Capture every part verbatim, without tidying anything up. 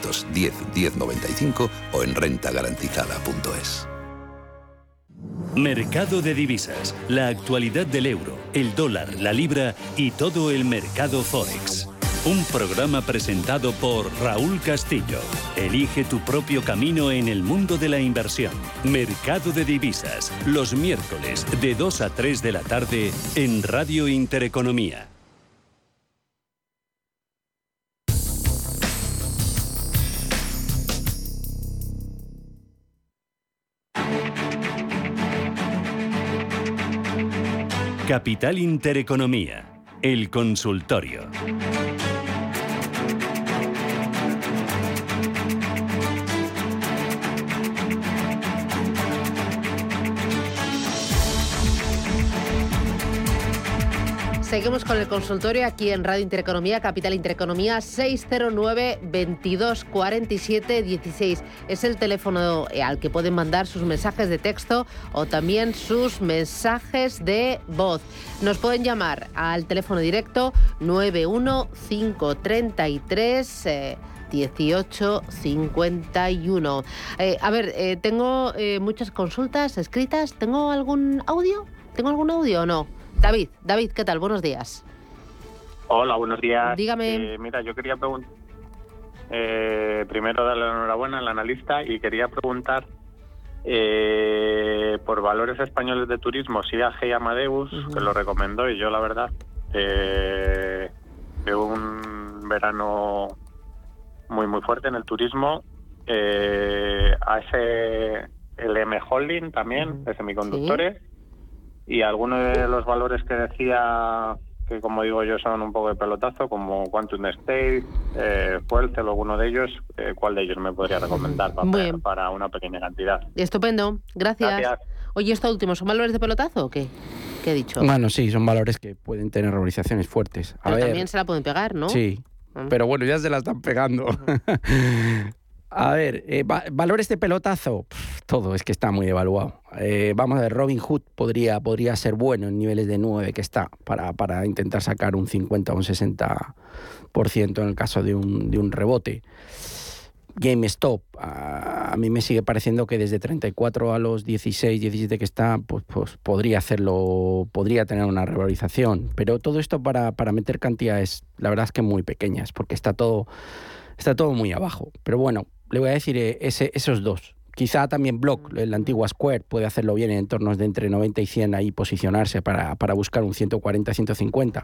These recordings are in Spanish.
nueve diez diez noventa y cinco o en renta garantizada punto es. Mercado de divisas, la actualidad del euro, el dólar, la libra y todo el mercado Forex. Un programa presentado por Raúl Castillo. Elige tu propio camino en el mundo de la inversión. Mercado de divisas, los miércoles de dos a tres de la tarde en Radio Intereconomía. Capital Intereconomía, el consultorio. Seguimos con el consultorio aquí en Radio Intereconomía, Capital Intereconomía, seis cero nueve, veintidós cuarenta y siete dieciséis. Es el teléfono al que pueden mandar sus mensajes de texto o también sus mensajes de voz. Nos pueden llamar al teléfono directo nueve uno cinco tres tres eh, dieciocho cincuenta y uno. Eh, a ver, eh, tengo eh, muchas consultas escritas. ¿Tengo algún audio? ¿Tengo algún audio o no? David, David, ¿qué tal? Buenos días. Hola, buenos días. Dígame. Eh, mira, yo quería preguntar, eh, primero darle la enhorabuena al analista y quería preguntar eh, por valores españoles de turismo, I A G y Amadeus, uh-huh. que lo recomendó y yo la verdad eh, veo un verano muy muy fuerte en el turismo. Eh, A S L M Holding también, uh-huh. de semiconductores. ¿Sí? Y algunos de los valores que decía, que como digo yo son un poco de pelotazo, como Quantum State, eh, Fuelcel, alguno de ellos, eh, ¿cuál de ellos me podría recomendar para, para una pequeña cantidad? Estupendo, gracias. Gracias. Oye, ¿esto último son valores de pelotazo o qué? ¿Qué he dicho? Bueno, sí, son valores que pueden tener revalorizaciones fuertes. A pero ver, también se la pueden pegar, ¿no? Sí, uh-huh. pero bueno, ya se la están pegando. Uh-huh. A ver, eh, va, valores de pelotazo, Pff, todo es que está muy devaluado. Eh, vamos a ver, Robinhood podría, podría ser bueno en niveles de nueve que está para, para intentar sacar un cincuenta o un sesenta por ciento en el caso de un, de un rebote. GameStop, a, a mí me sigue pareciendo que desde treinta y cuatro a los dieciséis, diecisiete que está, pues, pues podría hacerlo, podría tener una revalorización. Pero todo esto para, para meter cantidades, la verdad es que muy pequeñas, porque está todo, está todo muy abajo. Pero bueno, le voy a decir eh, ese, esos dos. Quizá también Block, la antigua Square, puede hacerlo bien en entornos de entre noventa y cien, ahí posicionarse para, para buscar un ciento cuarenta, ciento cincuenta.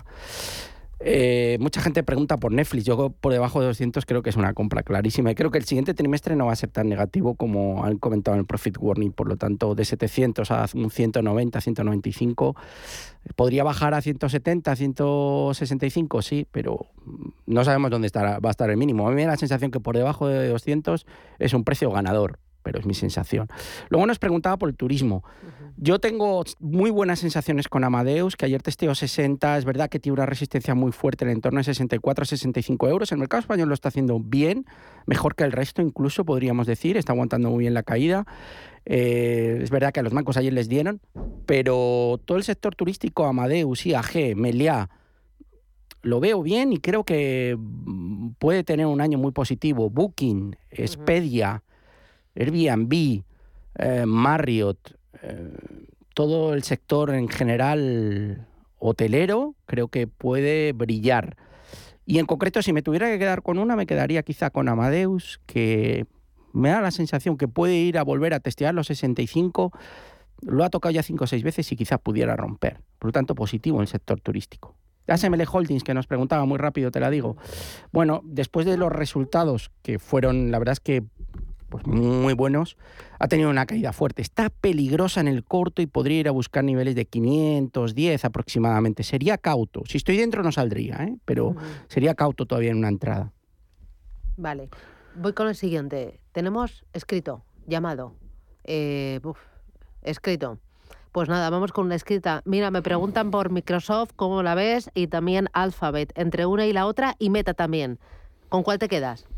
Eh, mucha gente pregunta por Netflix. Yo por debajo de doscientos creo que es una compra clarísima y creo que el siguiente trimestre no va a ser tan negativo como han comentado en el Profit Warning. Por lo tanto, de setecientos a un ciento noventa, ciento noventa y cinco, podría bajar a ciento setenta, ciento sesenta y cinco, sí, pero no sabemos dónde estará, va a estar el mínimo. A mí me da la sensación que por debajo de doscientos es un precio ganador, pero es mi sensación. Luego nos preguntaba por el turismo. Uh-huh. Yo tengo muy buenas sensaciones con Amadeus, que ayer testeó sesenta, es verdad que tiene una resistencia muy fuerte en el entorno de sesenta y cuatro a sesenta y cinco euros. El mercado español lo está haciendo bien, mejor que el resto incluso, podríamos decir, está aguantando muy bien la caída. Eh, es verdad que a los bancos ayer les dieron, pero todo el sector turístico, Amadeus, I A G, Meliá, lo veo bien y creo que puede tener un año muy positivo. Booking, Expedia, uh-huh. Airbnb, eh, Marriott, eh, todo el sector en general hotelero creo que puede brillar. Y en concreto, si me tuviera que quedar con una, me quedaría quizá con Amadeus, que me da la sensación que puede ir a volver a testear los sesenta y cinco. Lo ha tocado ya cinco o seis veces y quizá pudiera romper. Por lo tanto, positivo en el sector turístico. A S M L Holdings, que nos preguntaba muy rápido, te la digo. Bueno, después de los resultados, que fueron, la verdad es que pues muy buenos, ha tenido una caída fuerte. Está peligrosa en el corto y podría ir a buscar niveles de quinientos diez aproximadamente. Sería cauto. Si estoy dentro no saldría, ¿eh? Pero uh-huh. sería cauto todavía en una entrada. Vale. Voy con el siguiente. Tenemos escrito, llamado. Eh, uf, escrito. Pues nada, vamos con una escrita. Mira, me preguntan por Microsoft, ¿cómo la ves? Y también Alphabet, entre una y la otra, y Meta también. ¿Con cuál te quedas?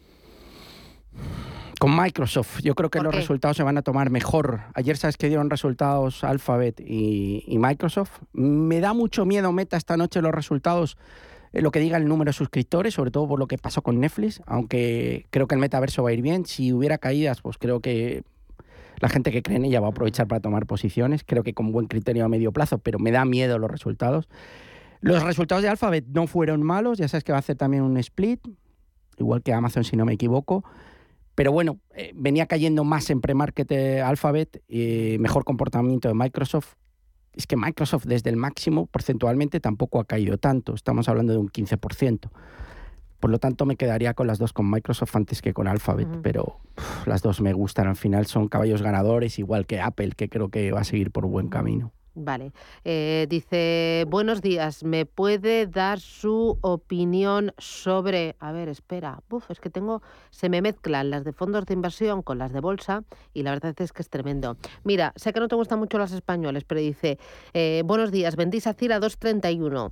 Con Microsoft. Yo creo que los resultados se van a tomar mejor. Ayer sabes que dieron resultados Alphabet y, y Microsoft. Me da mucho miedo Meta esta noche los resultados. eh, lo que diga el número de suscriptores, sobre todo por lo que pasó con Netflix, aunque creo que el metaverso va a ir bien. Si hubiera caídas, pues creo que la gente que cree en ella va a aprovechar para tomar posiciones, creo que con buen criterio a medio plazo, pero me da miedo los resultados. Los resultados de Alphabet no fueron malos, ya sabes que va a hacer también un split, igual que Amazon si no me equivoco, pero bueno, eh, venía cayendo más en pre-market eh, Alphabet, eh, mejor comportamiento de Microsoft. Es que Microsoft desde el máximo porcentualmente tampoco ha caído tanto, estamos hablando de un quince por ciento. Por lo tanto, me quedaría con las dos, con Microsoft antes que con Alphabet, uh-huh. pero uf, las dos me gustan. Al final son caballos ganadores, igual que Apple, que creo que va a seguir por buen camino. Vale. Eh, dice, buenos días, ¿me puede dar su opinión sobre... A ver, espera, Uf, es que tengo... Se me mezclan las de fondos de inversión con las de bolsa y la verdad es que es tremendo. Mira, sé que no te gustan mucho las españoles, pero dice, eh, buenos días, vendí SACIR a dos treinta y uno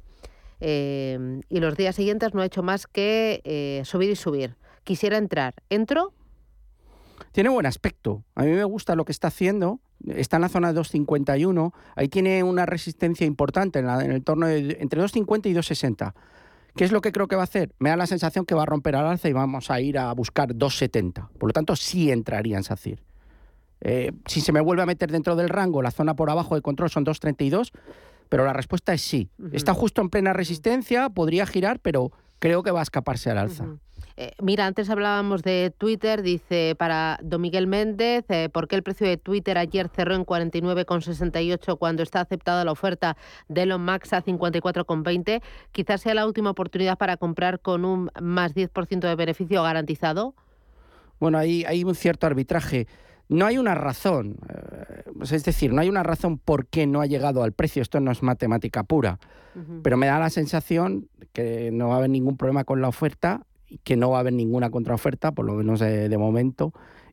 eh, y los días siguientes no ha hecho más que eh, subir y subir. Quisiera entrar. ¿Entro? Tiene buen aspecto. A mí me gusta lo que está haciendo. Está en la zona de dos cincuenta y uno. Ahí tiene una resistencia importante en, la, en el torno de entre dos cincuenta y dos sesenta. ¿Qué es lo que creo que va a hacer? Me da la sensación que va a romper al alza y vamos a ir a buscar dos setenta. Por lo tanto, sí entraría en SACIR. Eh, si se me vuelve a meter dentro del rango, la zona por abajo de control son dos treinta y dos, pero la respuesta es sí. Uh-huh. Está justo en plena resistencia, podría girar, pero creo que va a escaparse al alza. Uh-huh. Eh, mira, antes hablábamos de Twitter, dice para Don Miguel Méndez, eh, ¿por qué el precio de Twitter ayer cerró en cuarenta y nueve con sesenta y ocho cuando está aceptada la oferta de Elon Musk a cincuenta y cuatro con veinte? Quizás sea la última oportunidad para comprar con un más diez por ciento de beneficio garantizado. Bueno, hay, hay un cierto arbitraje. No hay una razón, eh, es decir, no hay una razón por qué no ha llegado al precio. Esto no es matemática pura, uh-huh. pero me da la sensación que no va a haber ningún problema con la oferta, que no va a haber ninguna contraoferta, por lo menos de, de momento,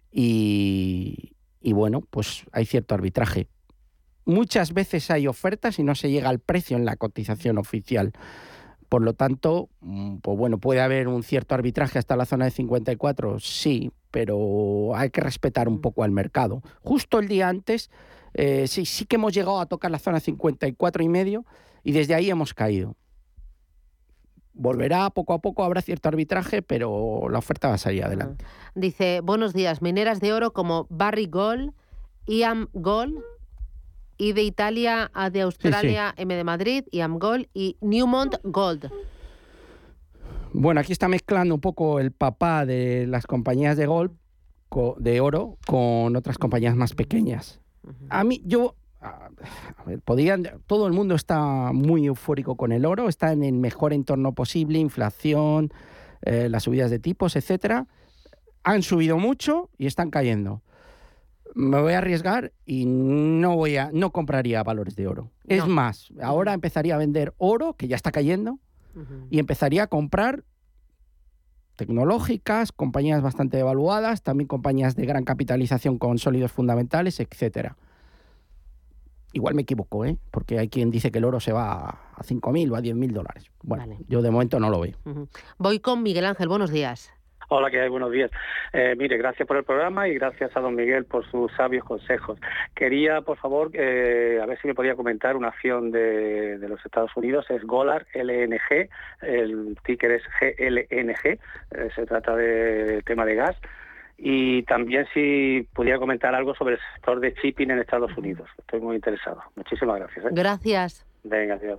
y, y bueno, pues hay cierto arbitraje. Muchas veces hay ofertas y no se llega al precio en la cotización oficial. Por lo tanto, pues bueno, puede haber un cierto arbitraje hasta la zona de cincuenta y cuatro, sí, pero hay que respetar un poco al mercado. Justo el día antes, eh, sí, sí que hemos llegado a tocar la zona cincuenta y cuatro y medio y desde ahí hemos caído. Volverá poco a poco, habrá cierto arbitraje, pero la oferta va a salir adelante. Dice, buenos días, mineras de oro como Barrick Gold, I A M Gold, I de Italia, A de Australia, sí, sí. M de Madrid, I A M Gold y Newmont Gold. Bueno, aquí está mezclando un poco el papá de las compañías de gold, de oro, con otras compañías más pequeñas. A mí, yo... A ver, podían, todo el mundo está muy eufórico con el oro, está en el mejor entorno posible, inflación, eh, las subidas de tipos, etcétera. Han subido mucho y están cayendo. Me voy a arriesgar y no voy a, no compraría valores de oro. No. Es más, ahora empezaría a vender oro, que ya está cayendo, uh-huh. y empezaría a comprar tecnológicas, compañías bastante devaluadas, también compañías de gran capitalización con sólidos fundamentales, etcétera. Igual me equivoco, ¿eh? Porque hay quien dice que el oro se va a cinco mil o a diez mil dólares. Bueno, vale. Yo de momento no lo veo. Uh-huh. Voy con Miguel Ángel, buenos días. Hola, ¿qué hay? Buenos días. Eh, mire, gracias por el programa y gracias a don Miguel por sus sabios consejos. Quería, por favor, eh, a ver si me podía comentar una acción de, de los Estados Unidos, es Golar L N G, el ticker es G L N G, eh, se trata de tema de gas. Y también si pudiera comentar algo sobre el sector de shipping en Estados Unidos. Estoy muy interesado. Muchísimas gracias. ¿eh? Gracias. Venga, adiós.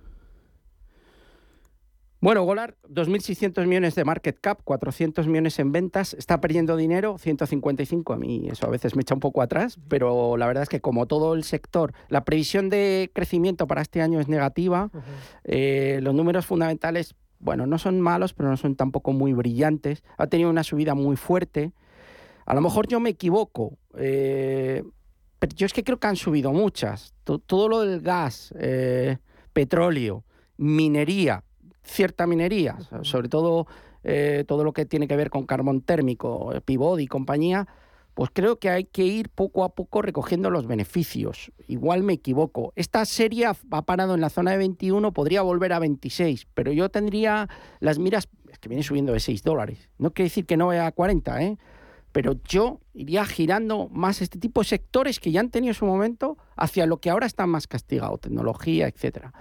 Bueno, Golar, dos mil seiscientos millones de market cap, cuatrocientos millones en ventas, está perdiendo dinero, ciento cincuenta y cinco, a mí eso a veces me echa un poco atrás, pero la verdad es que como todo el sector, la previsión de crecimiento para este año es negativa, uh-huh. eh, los números fundamentales, bueno, no son malos, pero no son tampoco muy brillantes, ha tenido una subida muy fuerte. A lo mejor yo me equivoco, eh, pero yo es que creo que han subido muchas. Todo, todo lo del gas, eh, petróleo, minería, cierta minería, sobre todo eh, todo lo que tiene que ver con carbón térmico, Pivot y compañía, pues creo que hay que ir poco a poco recogiendo los beneficios. Igual me equivoco. Esta serie ha parado en la zona de veintiuno, podría volver a veintiséis, pero yo tendría las miras, es que viene subiendo de seis dólares. No quiere decir que no vaya a cuarenta, ¿eh? Pero yo iría girando más este tipo de sectores que ya han tenido su momento hacia lo que ahora está más castigado, tecnología, etcétera.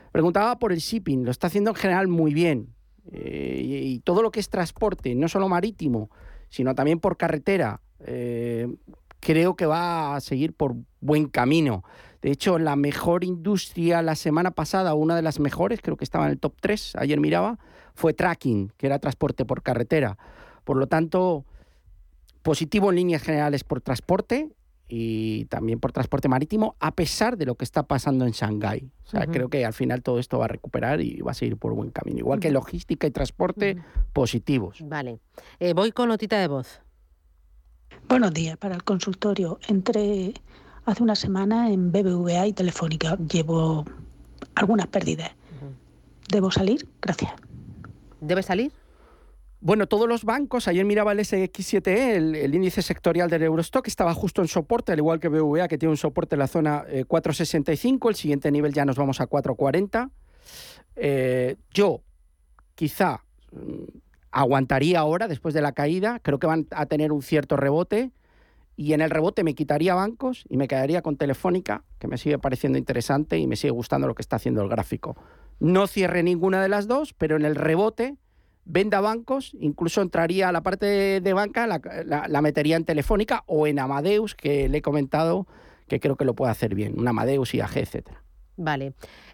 Preguntaba por el shipping, lo está haciendo en general muy bien. Eh, y, y todo lo que es transporte, no solo marítimo, sino también por carretera, eh, creo que va a seguir por buen camino. De hecho, la mejor industria la semana pasada, una de las mejores, creo que estaba en el top tres, ayer miraba, fue tracking, que era transporte por carretera. Por lo tanto, positivo en líneas generales por transporte y también por transporte marítimo, a pesar de lo que está pasando en Shanghái. O sea, uh-huh. creo que al final todo esto va a recuperar y va a seguir por buen camino. Igual uh-huh. que logística y transporte, uh-huh. positivos. Vale. Eh, voy con notita de voz. Buenos días. Para el consultorio, entré hace una semana en B B V A y Telefónica. Llevo algunas pérdidas. Uh-huh. ¿Debo salir? Gracias. ¿Debe salir? Bueno, todos los bancos, ayer miraba el ese equis siete e, el, el índice sectorial del Eurostock, estaba justo en soporte, al igual que B B V A, que tiene un soporte en la zona eh, cuatro sesenta y cinco, el siguiente nivel ya nos vamos a cuatro cuarenta. Eh, yo quizá mm, aguantaría ahora, después de la caída, creo que van a tener un cierto rebote, y en el rebote me quitaría bancos y me quedaría con Telefónica, que me sigue pareciendo interesante y me sigue gustando lo que está haciendo el gráfico. No cierre ninguna de las dos, pero en el rebote venda bancos, incluso entraría a la parte de, de banca, la, la, la metería en Telefónica o en Amadeus, que le he comentado que creo que lo puede hacer bien, un Amadeus, I A G, etcétera. Vale.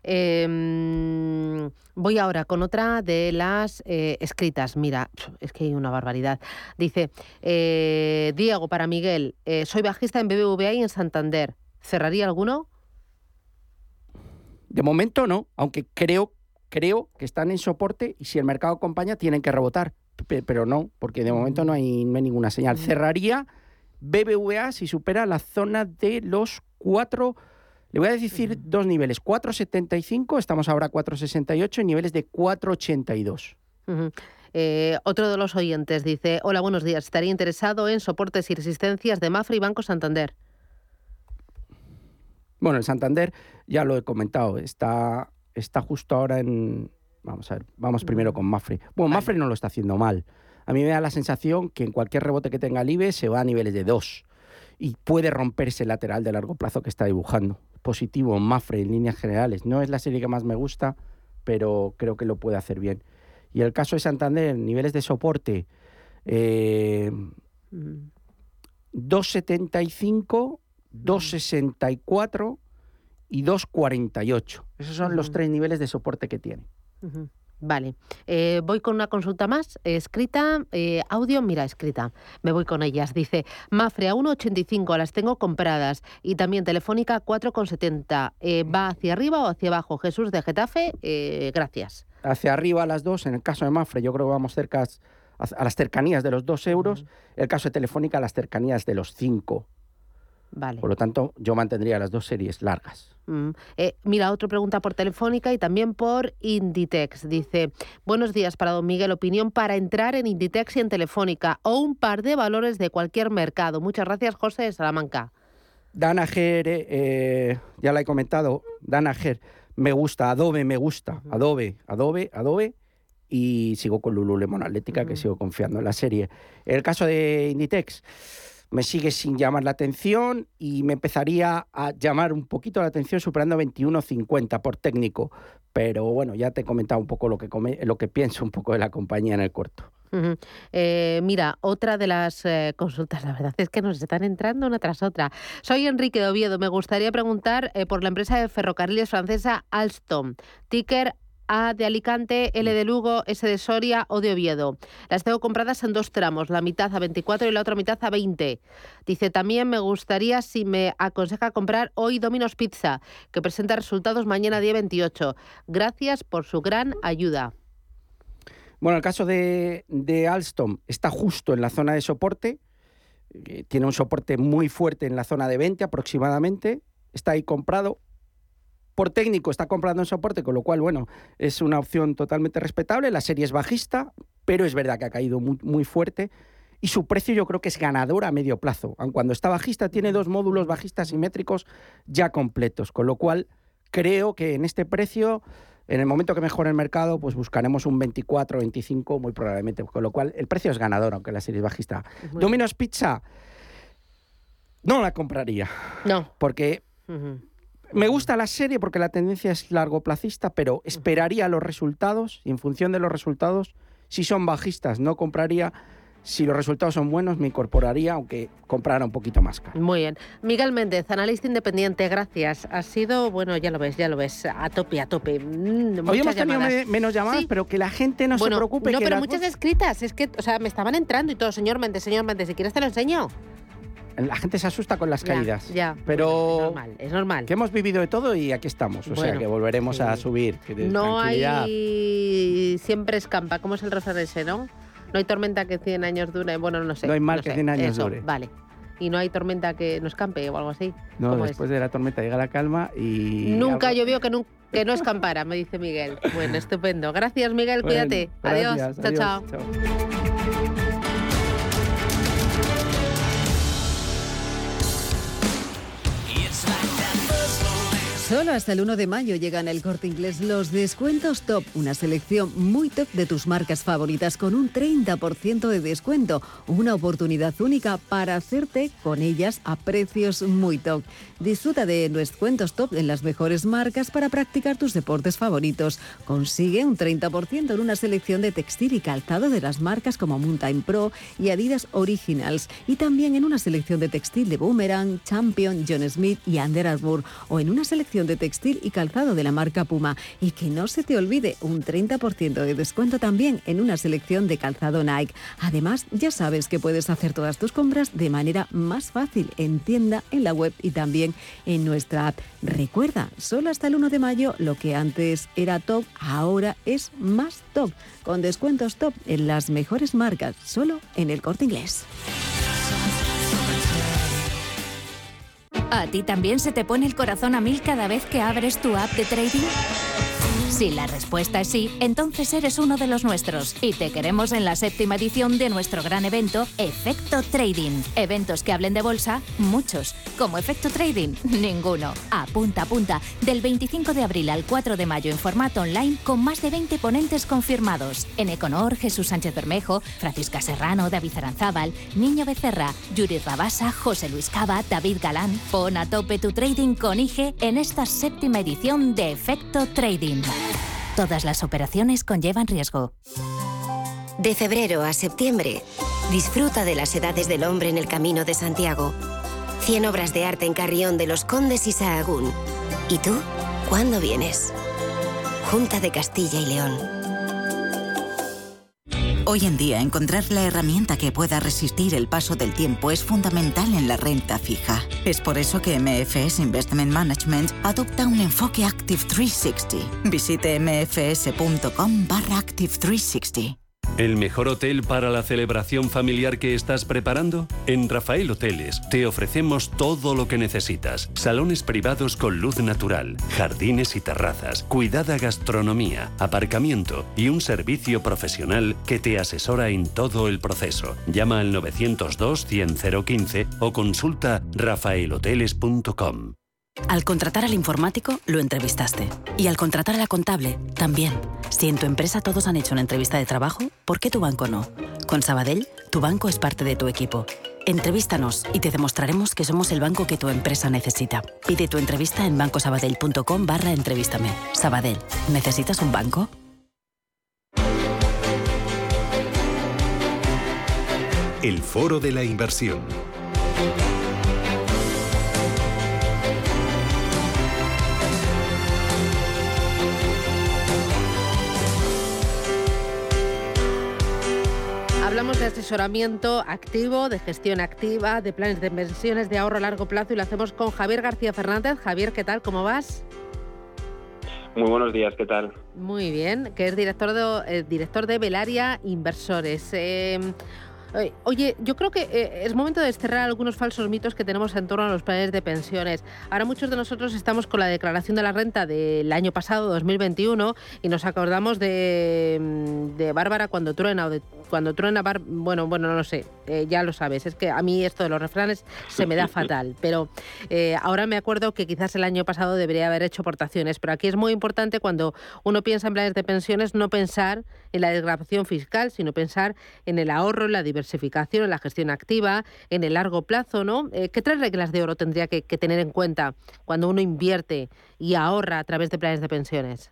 Eh, voy ahora con otra de las eh, escritas. Mira, es que hay una barbaridad. Dice, eh, Diego, para Miguel, eh, soy bajista en B B V A y en Santander. ¿Cerraría alguno? De momento no, aunque creo Creo que están en soporte y si el mercado acompaña tienen que rebotar, pero no, porque de momento no hay, no hay ninguna señal. Cerraría B B V A si supera la zona de los cuatro, le voy a decir uh-huh. dos niveles, cuatro setenta y cinco, estamos ahora a cuatro sesenta y ocho y niveles de cuatro ochenta y dos. Uh-huh. Eh, otro de los oyentes dice, hola, buenos días, estaría interesado en soportes y resistencias de Mafre y Banco Santander. Bueno, el Santander, ya lo he comentado, está... Está justo ahora en... Vamos a ver, vamos primero con Mafre. Bueno, vale. Mafre no lo está haciendo mal. A mí me da la sensación que en cualquier rebote que tenga el I B E se va a niveles de dos y puede romperse el lateral de largo plazo que está dibujando. Positivo, Mafre en líneas generales. No es la serie que más me gusta, pero creo que lo puede hacer bien. Y el caso de Santander, niveles de soporte, eh, dos setenta y cinco, dos sesenta y cuatro... y dos cuarenta y ocho. Esos son uh-huh. los tres niveles de soporte que tiene. Uh-huh. Vale. Eh, voy con una consulta más. Eh, escrita, eh, audio, mira, escrita. Me voy con ellas. Dice, Mafre a uno ochenta y cinco, las tengo compradas. Y también Telefónica cuatro setenta. Eh, ¿Va hacia arriba o hacia abajo? Jesús de Getafe, eh, gracias. Hacia arriba las dos. En el caso de Mafre, yo creo que vamos cerca a, a las cercanías de los dos euros. Uh-huh. El caso de Telefónica, a las cercanías de los cinco. Vale. Por lo tanto, yo mantendría las dos series largas. Mm. Eh, mira, otra pregunta por Telefónica y también por Inditex. Dice, buenos días para don Miguel, opinión para entrar en Inditex y en Telefónica o un par de valores de cualquier mercado. Muchas gracias, José de Salamanca. Danaher, eh, ya la he comentado, Danaher, me gusta, Adobe me gusta, uh-huh. Adobe, Adobe, Adobe. Y sigo con Lululemon Atlética, uh-huh. que sigo confiando en la serie. En el caso de Inditex, me sigue sin llamar la atención y me empezaría a llamar un poquito la atención superando veintiuno cincuenta por técnico. Pero bueno, ya te he comentado un poco lo que, come, lo que pienso un poco de la compañía en el corto. Uh-huh. Eh, mira, otra de las eh, consultas, la verdad es que nos están entrando una tras otra. Soy Enrique de Oviedo, me gustaría preguntar eh, por la empresa de ferrocarriles francesa Alstom, ticker A de Alicante, L de Lugo, S de Soria o de Oviedo. Las tengo compradas en dos tramos, la mitad a veinticuatro y la otra mitad a veinte. Dice, también me gustaría si me aconseja comprar hoy Domino's Pizza, que presenta resultados mañana día veintiocho. Gracias por su gran ayuda. Bueno, el caso de, de Alstom está justo en la zona de soporte. Tiene un soporte muy fuerte en la zona de veinte aproximadamente. Está ahí comprado. Por técnico está comprando en soporte, con lo cual, bueno, es una opción totalmente respetable. La serie es bajista, pero es verdad que ha caído muy, muy fuerte. Y su precio yo creo que es ganador a medio plazo. Aun cuando está bajista, tiene dos módulos bajistas simétricos ya completos. Con lo cual, creo que en este precio, en el momento que mejore el mercado, pues buscaremos un veinticuatro, veinticinco, muy probablemente. Con lo cual, el precio es ganador, aunque la serie es bajista. Muy Domino's Pizza, no la compraría. No. Porque... Uh-huh. Me gusta la serie porque la tendencia es largoplacista, pero esperaría los resultados y en función de los resultados, si son bajistas no compraría, si los resultados son buenos me incorporaría, aunque comprara un poquito más caro. Muy bien. Miguel Méndez, analista independiente, gracias. Ha sido, bueno, ya lo ves, ya lo ves, a tope, a tope. Mm, Hoy hemos tenido llamadas. me, menos llamadas, sí. Pero que la gente no bueno, se preocupe. No, que pero las muchas voz... escritas, es que, o sea, me estaban entrando y todo, señor Méndez, señor Méndez, si quieres te lo enseño. La gente se asusta con las ya, caídas. Ya, pero bueno, es normal, es normal. Que hemos vivido de todo y aquí estamos. O bueno, sea, que volveremos sí. a subir. No hay... Siempre escampa. ¿Cómo es el refrán ese, no? No hay tormenta que cien años dure. Bueno, no sé. No hay mal no que sé. cien años Eso, dure. Vale. Y no hay tormenta que no escampe o algo así. No, después es? de la tormenta llega la calma y... Nunca algo... llovió que, no, que no escampara, me dice Miguel. Bueno, estupendo. Gracias, Miguel. Bueno, cuídate. Adiós. Gracias, chao, adiós. chao. chao. Solo hasta el uno de mayo llegan al Corte Inglés los descuentos top, una selección muy top de tus marcas favoritas con un treinta por ciento de descuento, una oportunidad única para hacerte con ellas a precios muy top. Disfruta de descuentos top en las mejores marcas para practicar tus deportes favoritos. Consigue un treinta por ciento en una selección de textil y calzado de las marcas como Mountain Pro y Adidas Originals y también en una selección de textil de Boomerang, Champion, John Smith y Under Armour o en una selección de textil y calzado de la marca Puma. Y que no se te olvide, un treinta por ciento de descuento también en una selección de calzado Nike. Además, ya sabes que puedes hacer todas tus compras de manera más fácil en tienda, en la web y también en nuestra app. Recuerda, solo hasta el uno de mayo lo que antes era top, ahora es más top. Con descuentos top en las mejores marcas, solo en el Corte Inglés. ¿A ti también se te pone el corazón a mil cada vez que abres tu app de trading? Si la respuesta es sí, entonces eres uno de los nuestros y te queremos en la séptima edición de nuestro gran evento Efecto Trading. Eventos que hablen de bolsa, muchos. Como Efecto Trading, ninguno. Apunta, apunta. Del veinticinco de abril al cuatro de mayo en formato online con más de veinte ponentes confirmados. En Econor, Jesús Sánchez Bermejo, Francisca Serrano, David Aranzábal, Niño Becerra, Yuri Rabasa, José Luis Cava, David Galán. Pon a tope tu trading con I G en esta séptima edición de Efecto Trading. Todas las operaciones conllevan riesgo. De febrero a septiembre, disfruta de las edades del hombre en el Camino de Santiago. cien obras de arte en Carrión de los Condes y Sahagún. ¿Y tú? ¿Cuándo vienes? Junta de Castilla y León. Hoy en día, encontrar la herramienta que pueda resistir el paso del tiempo es fundamental en la renta fija. Es por eso que M F S Investment Management adopta un enfoque Active trescientos sesenta. Visite mfs.com barra Active trescientos sesenta. ¿El mejor hotel para la celebración familiar que estás preparando? En Rafael Hoteles te ofrecemos todo lo que necesitas. Salones privados con luz natural, jardines y terrazas, cuidada gastronomía, aparcamiento y un servicio profesional que te asesora en todo el proceso. Llama al novecientos dos, cien, cero quince o consulta rafael hoteles punto com. Al contratar al informático, lo entrevistaste. Y al contratar a la contable, también. Si en tu empresa todos han hecho una entrevista de trabajo, ¿por qué tu banco no? Con Sabadell, tu banco es parte de tu equipo. Entrevístanos y te demostraremos que somos el banco que tu empresa necesita. Pide tu entrevista en bancosabadell.com barra entrevístame. Sabadell, ¿necesitas un banco? El Foro de la Inversión. Hablamos de asesoramiento activo, de gestión activa, de planes de inversiones de ahorro a largo plazo y lo hacemos con Javier García Fernández. Javier, ¿qué tal? ¿Cómo vas? Muy buenos días, ¿qué tal? Muy bien, que es director de, eh, director de Velaria Inversores. Eh, Oye, yo creo que eh, es momento de desterrar algunos falsos mitos que tenemos en torno a los planes de pensiones. Ahora muchos de nosotros estamos con la declaración de la renta del año pasado, dos mil veintiuno, y nos acordamos de, de Bárbara cuando truena, o de cuando truena, Bar, bueno, bueno, no lo sé, eh, ya lo sabes, es que a mí esto de los refranes se me da fatal, pero eh, ahora me acuerdo que quizás el año pasado debería haber hecho aportaciones, pero aquí es muy importante cuando uno piensa en planes de pensiones no pensar en la desgravación fiscal, sino pensar en el ahorro, en la diversificación, en la gestión activa, en el largo plazo, ¿no? Eh, ¿Qué tres reglas de oro tendría que, que tener en cuenta cuando uno invierte y ahorra a través de planes de pensiones?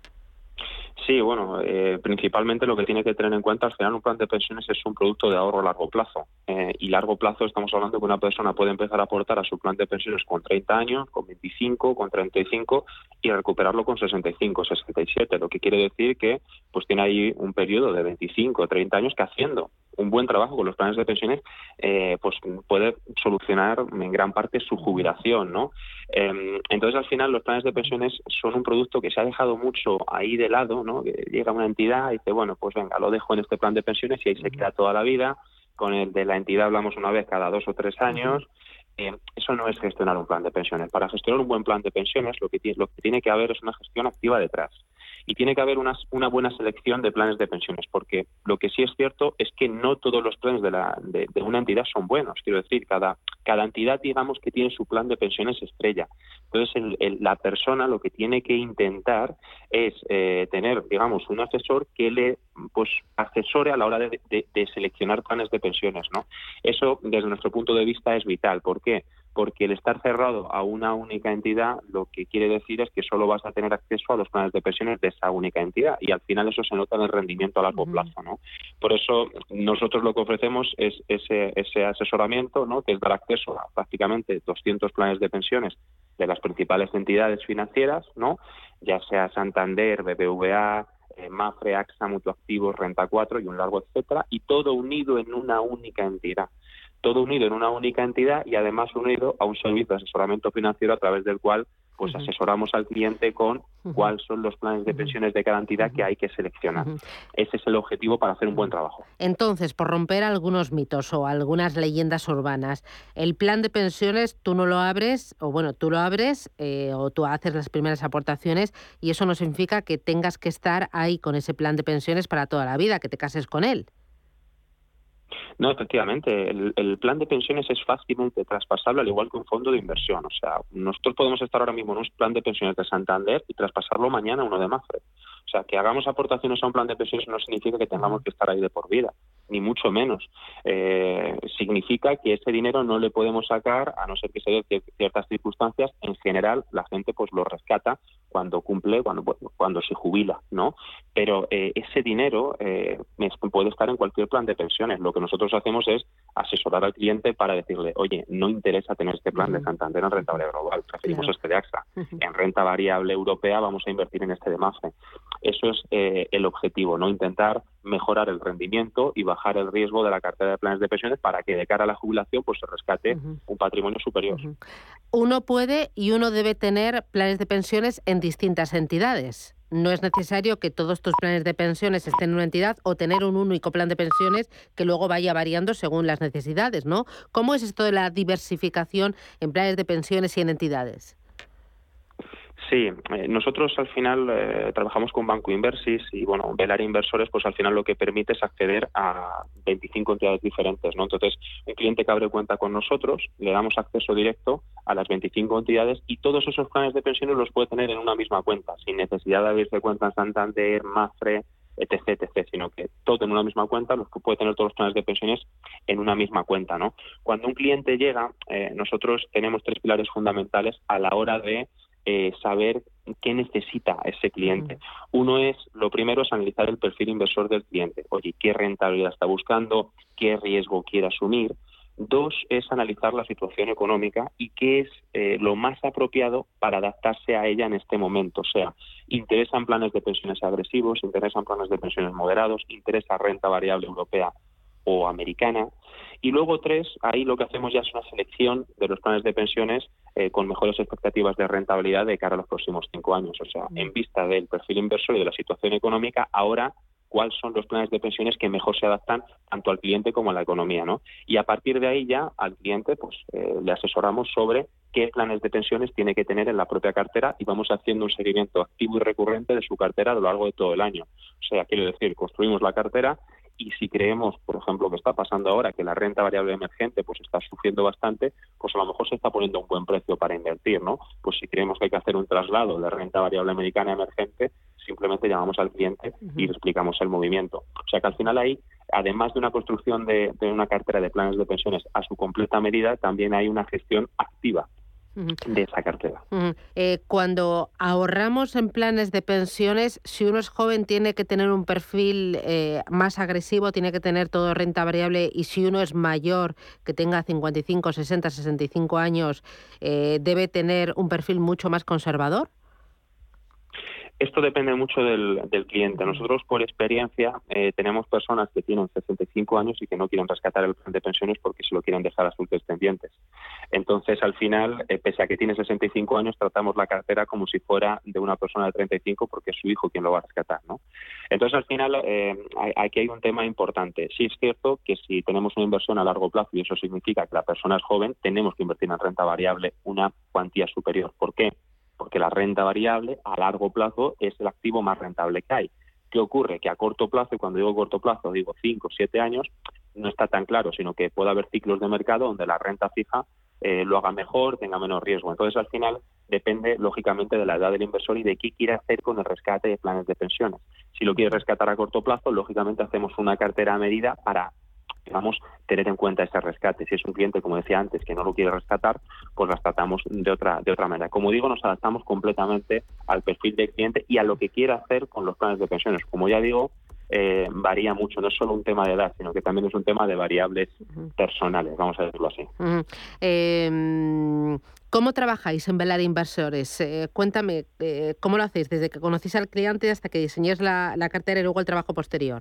Sí, bueno, eh, principalmente lo que tiene que tener en cuenta, al final un plan de pensiones es un producto de ahorro a largo plazo. Eh, y largo plazo estamos hablando que una persona puede empezar a aportar a su plan de pensiones con treinta años, con veinticinco, con treinta y cinco y recuperarlo con sesenta y cinco, sesenta y siete. Lo que quiere decir que pues tiene ahí un periodo de veinticinco, treinta años que haciendo un buen trabajo con los planes de pensiones eh, pues puede solucionar en gran parte su jubilación, ¿no? Eh, entonces, al final, los planes de pensiones son un producto que se ha dejado mucho ahí de lado, ¿no? Que llega una entidad y dice, bueno, pues venga, lo dejo en este plan de pensiones y ahí se queda toda la vida. Con el de la entidad hablamos una vez cada dos o tres años. Eh, eso no es gestionar un plan de pensiones. Para gestionar un buen plan de pensiones lo que, lo que tiene que haber es una gestión activa detrás. Y tiene que haber una, una buena selección de planes de pensiones, porque lo que sí es cierto es que no todos los planes de, la, de, de una entidad son buenos. Quiero decir, cada, cada entidad, digamos, que tiene su plan de pensiones estrella. Entonces, el, el, la persona lo que tiene que intentar es eh, tener, digamos, un asesor que le pues asesore a la hora de, de, de seleccionar planes de pensiones, ¿no? Eso, desde nuestro punto de vista, es vital. ¿Por qué? Porque el estar cerrado a una única entidad lo que quiere decir es que solo vas a tener acceso a los planes de pensiones de esa única entidad y al final eso se nota en el rendimiento a largo uh-huh. plazo, ¿no? Por eso nosotros lo que ofrecemos es ese, ese asesoramiento, ¿no? Que es dar acceso a prácticamente doscientos planes de pensiones de las principales entidades financieras, ¿no? Ya sea Santander, B B V A, eh, Mafre, AXA, Mutuactivos, Renta cuatro y un largo etcétera, y todo unido en una única entidad. Todo unido en una única entidad y además unido a un servicio de asesoramiento financiero a través del cual pues uh-huh. asesoramos al cliente con uh-huh. cuáles son los planes de pensiones de cada entidad uh-huh. que hay que seleccionar. Uh-huh. Ese es el objetivo para hacer un buen trabajo. Entonces, por romper algunos mitos o algunas leyendas urbanas, el plan de pensiones tú no lo abres, o bueno, tú lo abres eh, o tú haces las primeras aportaciones y eso no significa que tengas que estar ahí con ese plan de pensiones para toda la vida, que te cases con él. No, efectivamente, el, el plan de pensiones es fácilmente traspasable al igual que un fondo de inversión. O sea, nosotros podemos estar ahora mismo en un plan de pensiones de Santander y traspasarlo mañana a uno de Mafre. O sea, que hagamos aportaciones a un plan de pensiones no significa que tengamos que estar ahí de por vida, ni mucho menos. Eh, significa que ese dinero no le podemos sacar, a no ser que se dé ciertas circunstancias. En general, la gente pues lo rescata cuando cumple, cuando cuando se jubila, ¿no? Pero eh, ese dinero eh, puede estar en cualquier plan de pensiones. Lo que nosotros hacemos es asesorar al cliente para decirle, oye, no interesa tener este plan de Santander en renta variable global, preferimos claro. este de AXA. En renta variable europea vamos a invertir en este de Mafre. Eso es eh, el objetivo, ¿no? Intentar mejorar el rendimiento y bajar el riesgo de la cartera de planes de pensiones para que de cara a la jubilación pues se rescate uh-huh. un patrimonio superior. Uh-huh. Uno puede y uno debe tener planes de pensiones en distintas entidades. No es necesario que todos tus planes de pensiones estén en una entidad o tener un único plan de pensiones que luego vaya variando según las necesidades, ¿no? ¿Cómo es esto de la diversificación en planes de pensiones y en entidades? Sí, eh, nosotros al final eh, trabajamos con Banco Inversis y, bueno, Velar Inversores, pues al final lo que permite es acceder a veinticinco entidades diferentes, ¿no? Entonces, un cliente que abre cuenta con nosotros, le damos acceso directo a las veinticinco entidades y todos esos planes de pensiones los puede tener en una misma cuenta, sin necesidad de abrirse cuenta en Santander, Mafre, etc, etc, sino que todo en una misma cuenta, los que puede tener todos los planes de pensiones en una misma cuenta, ¿no? Cuando un cliente llega, eh, nosotros tenemos tres pilares fundamentales a la hora de Eh, saber qué necesita ese cliente. Uno es, lo primero es analizar el perfil inversor del cliente. Oye, ¿qué rentabilidad está buscando? ¿Qué riesgo quiere asumir? Dos es analizar la situación económica y qué es eh, lo más apropiado para adaptarse a ella en este momento. O sea, interesan planes de pensiones agresivos, interesan planes de pensiones moderados, interesa renta variable europea o americana. Y luego tres, ahí lo que hacemos ya es una selección de los planes de pensiones eh, con mejores expectativas de rentabilidad de cara a los próximos cinco años. O sea, en vista del perfil inversor y de la situación económica, ahora cuáles son los planes de pensiones que mejor se adaptan tanto al cliente como a la economía, ¿no? Y a partir de ahí ya al cliente pues eh, le asesoramos sobre qué planes de pensiones tiene que tener en la propia cartera y vamos haciendo un seguimiento activo y recurrente de su cartera a lo largo de todo el año. O sea, quiero decir, construimos la cartera y si creemos, por ejemplo, que está pasando ahora, que la renta variable emergente pues está sufriendo bastante, pues a lo mejor se está poniendo un buen precio para invertir, ¿no? Pues si creemos que hay que hacer un traslado de renta variable americana emergente, simplemente llamamos al cliente y le explicamos el movimiento. O sea que al final ahí, además de una construcción de, de una cartera de planes de pensiones a su completa medida, también hay una gestión activa de esa cartera. Uh-huh. Eh, cuando ahorramos en planes de pensiones, si uno es joven tiene que tener un perfil eh, más agresivo, tiene que tener todo renta variable, y si uno es mayor, que tenga cincuenta y cinco, sesenta, sesenta y cinco años, eh, debe tener un perfil mucho más conservador. Esto depende mucho del, del cliente. Nosotros, por experiencia, eh, tenemos personas que tienen sesenta y cinco años y que no quieren rescatar el plan de pensiones porque se lo quieren dejar a sus descendientes. Entonces, al final, eh, pese a que tiene sesenta y cinco años, tratamos la cartera como si fuera de una persona de treinta y cinco porque es su hijo quien lo va a rescatar, ¿no? Entonces, al final, eh, aquí hay un tema importante. Sí es cierto que si tenemos una inversión a largo plazo, y eso significa que la persona es joven, tenemos que invertir en renta variable una cuantía superior. ¿Por qué? Porque la renta variable a largo plazo es el activo más rentable que hay. ¿Qué ocurre? Que a corto plazo, y cuando digo corto plazo digo cinco o siete años, no está tan claro, sino que puede haber ciclos de mercado donde la renta fija eh, lo haga mejor, tenga menos riesgo. Entonces, al final, depende, lógicamente, de la edad del inversor y de qué quiere hacer con el rescate de planes de pensiones. Si lo quiere rescatar a corto plazo, lógicamente hacemos una cartera a medida para, digamos, tener en cuenta ese rescate. Si es un cliente, como decía antes, que no lo quiere rescatar, pues las tratamos de otra de otra manera. Como digo, nos adaptamos completamente al perfil del cliente y a lo que quiera hacer con los planes de pensiones. Como ya digo, eh, varía mucho. No es solo un tema de edad, sino que también es un tema de variables uh-huh. personales, vamos a decirlo así. Uh-huh. Eh, ¿Cómo trabajáis en Velar Inversores? Eh, cuéntame, eh, ¿cómo lo hacéis? Desde que conocéis al cliente hasta que diseñáis la, la cartera y luego el trabajo posterior.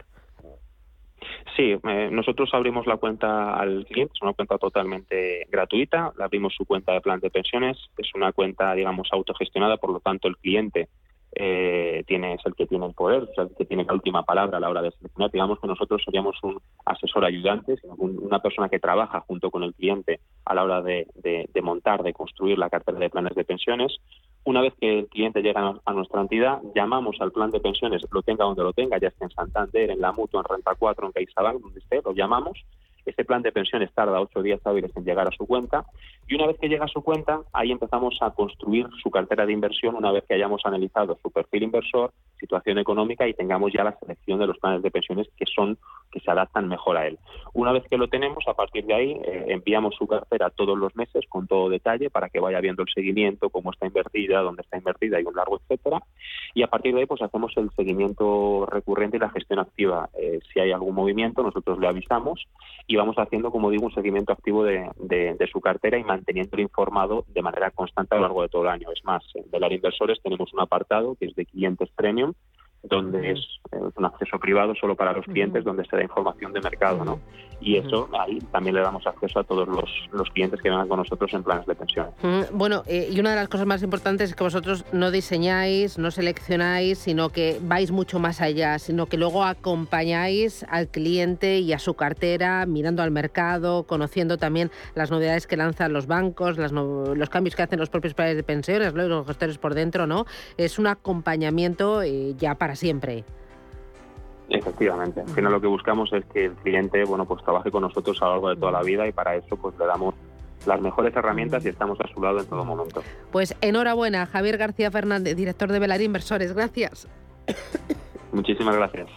Sí, eh, nosotros abrimos la cuenta al cliente, es una cuenta totalmente gratuita, le abrimos su cuenta de plan de pensiones, es una cuenta, digamos, autogestionada, por lo tanto el cliente eh, tiene es el que tiene el poder, es el que tiene la última palabra a la hora de seleccionar. Digamos que nosotros seríamos un asesor ayudante, un, una persona que trabaja junto con el cliente a la hora de, de, de montar, de construir la cartera de planes de pensiones. Una vez que el cliente llega a nuestra entidad, llamamos al plan de pensiones, lo tenga donde lo tenga, ya esté en Santander, en La Mutua, en Renta cuatro, en CaixaBank, donde esté, lo llamamos. Este plan de pensiones tarda ocho días hábiles en llegar a su cuenta y una vez que llega a su cuenta, ahí empezamos a construir su cartera de inversión una vez que hayamos analizado su perfil inversor, situación económica y tengamos ya la selección de los planes de pensiones que son que se adaptan mejor a él. Una vez que lo tenemos, a partir de ahí eh, enviamos su cartera todos los meses con todo detalle para que vaya viendo el seguimiento, cómo está invertida, dónde está invertida y un largo etcétera. Y a partir de ahí pues hacemos el seguimiento recurrente y la gestión activa. Eh, si hay algún movimiento, nosotros le avisamos y vamos haciendo, como digo, un seguimiento activo de, de, de su cartera y manteniéndolo informado de manera constante a lo largo de todo el año. Es más, en Velar Inversores tenemos un apartado que es de clientes premium, donde es eh, un acceso privado solo para los clientes, uh-huh. donde se da información de mercado, ¿no? Y eso, ahí también le damos acceso a todos los, los clientes que vengan con nosotros en planes de pensiones. Uh-huh. Bueno, eh, y una de las cosas más importantes es que vosotros no diseñáis, no seleccionáis, sino que vais mucho más allá, sino que luego acompañáis al cliente y a su cartera, mirando al mercado, conociendo también las novedades que lanzan los bancos, las no, los cambios que hacen los propios planes de pensiones, los gestores por dentro, ¿no? Es un acompañamiento eh, ya para siempre. Efectivamente, al final lo que buscamos es que el cliente, bueno, pues trabaje con nosotros a lo largo de toda la vida y para eso pues le damos las mejores herramientas y estamos a su lado en todo momento. Pues enhorabuena, Javier García Fernández, director de Velar Inversores. Gracias. Muchísimas gracias.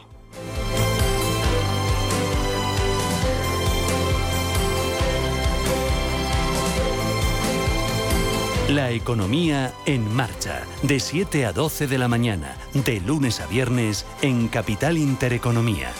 La economía en marcha, de siete a doce de la mañana, de lunes a viernes, en Capital Intereconomía.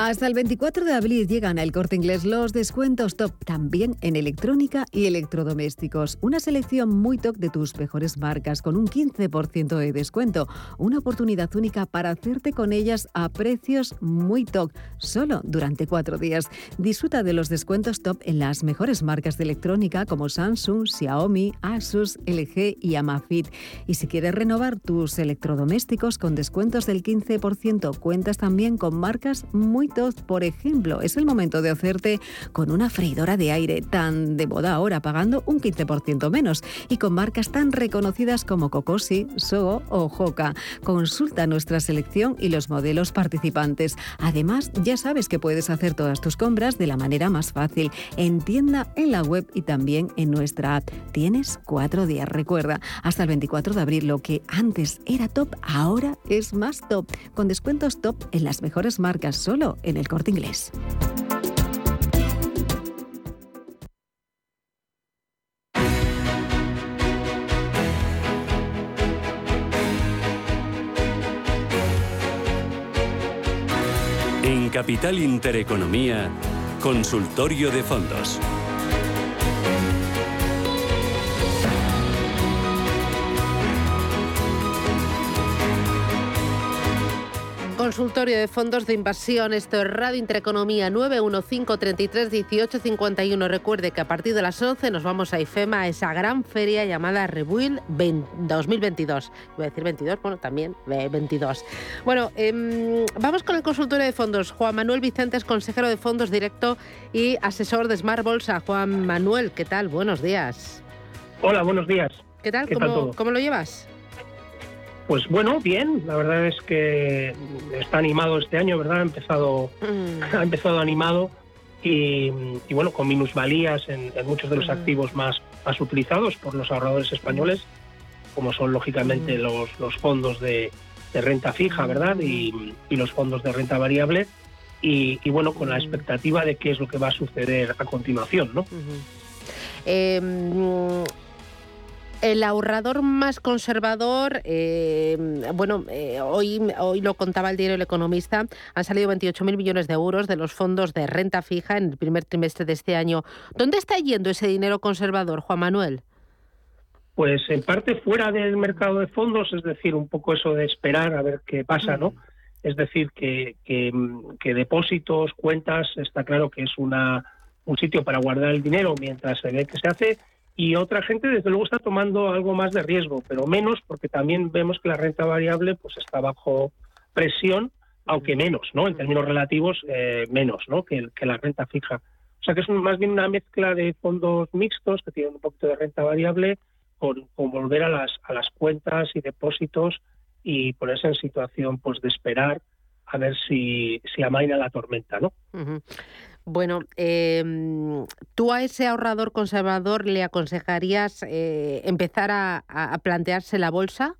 Hasta el veinticuatro de abril llegan al Corte Inglés los descuentos top, también en electrónica y electrodomésticos. Una selección muy top de tus mejores marcas con un quince por ciento de descuento. Una oportunidad única para hacerte con ellas a precios muy top, solo durante cuatro días. Disfruta de los descuentos top en las mejores marcas de electrónica como Samsung, Xiaomi, Asus, L G y Amazfit. Y si quieres renovar tus electrodomésticos con descuentos del quince por ciento, cuentas también con marcas muy top. Por ejemplo, es el momento de hacerte con una freidora de aire tan de moda ahora, pagando un quince por ciento menos, y con marcas tan reconocidas como Kokosi, Sogo o Hoka. Consulta nuestra selección y los modelos participantes. Además, ya sabes que puedes hacer todas tus compras de la manera más fácil, en tienda, en la web y también en nuestra app. Tienes cuatro días, recuerda, hasta el veinticuatro de abril. Lo que antes era top, ahora es más top, con descuentos top en las mejores marcas, solo en el Corte Inglés. En Capital Intereconomía, consultorio de fondos. Consultorio de fondos de inversión. Esto es Radio Intereconomía, nueve uno cinco, treinta y tres, dieciocho, cincuenta y uno. Recuerde que a partir de las once nos vamos a IFEMA, a esa gran feria llamada Rebuild dos mil veintidós. Voy a decir veintidós, bueno, también veintidós. Bueno, eh, vamos con el consultorio de fondos. Juan Manuel Vicente es consejero de fondos directo y asesor de Smart Bolsa. Juan Manuel, ¿qué tal? Buenos días. Hola, buenos días. ¿Qué tal? ¿Qué ¿Cómo, tal todo? ¿Cómo lo llevas? Pues bueno, bien, la verdad es que está animado este año, ¿verdad? Ha empezado, mm. ha empezado animado y, y bueno, con minusvalías en, en muchos de los mm. activos más, más utilizados por los ahorradores españoles, como son lógicamente mm. los, los fondos de, de renta fija, ¿verdad? Y, y los fondos de renta variable y, y bueno, con la expectativa de qué es lo que va a suceder a continuación, ¿no? Mm-hmm. Eh, El ahorrador más conservador, eh, bueno, eh, hoy, hoy lo contaba el diario El Economista, han salido veintiocho mil millones de euros de los fondos de renta fija en el primer trimestre de este año. ¿Dónde está yendo ese dinero conservador, Juan Manuel? Pues en parte fuera del mercado de fondos, es decir, un poco eso de esperar a ver qué pasa, ¿no? Es decir, que, que, que depósitos, cuentas, está claro que es una un sitio para guardar el dinero mientras se ve que se hace. Y otra gente, desde luego, está tomando algo más de riesgo, pero menos, porque también vemos que la renta variable pues está bajo presión, aunque menos, ¿no? En términos relativos, eh, menos, ¿no? Que, que la renta fija. O sea que es un, más bien una mezcla de fondos mixtos que tienen un poquito de renta variable con, con volver a las a las cuentas y depósitos y ponerse en situación pues de esperar a ver si, si amaina la tormenta, ¿no? Uh-huh. Bueno, eh, ¿tú a ese ahorrador conservador le aconsejarías eh, empezar a, a plantearse la bolsa?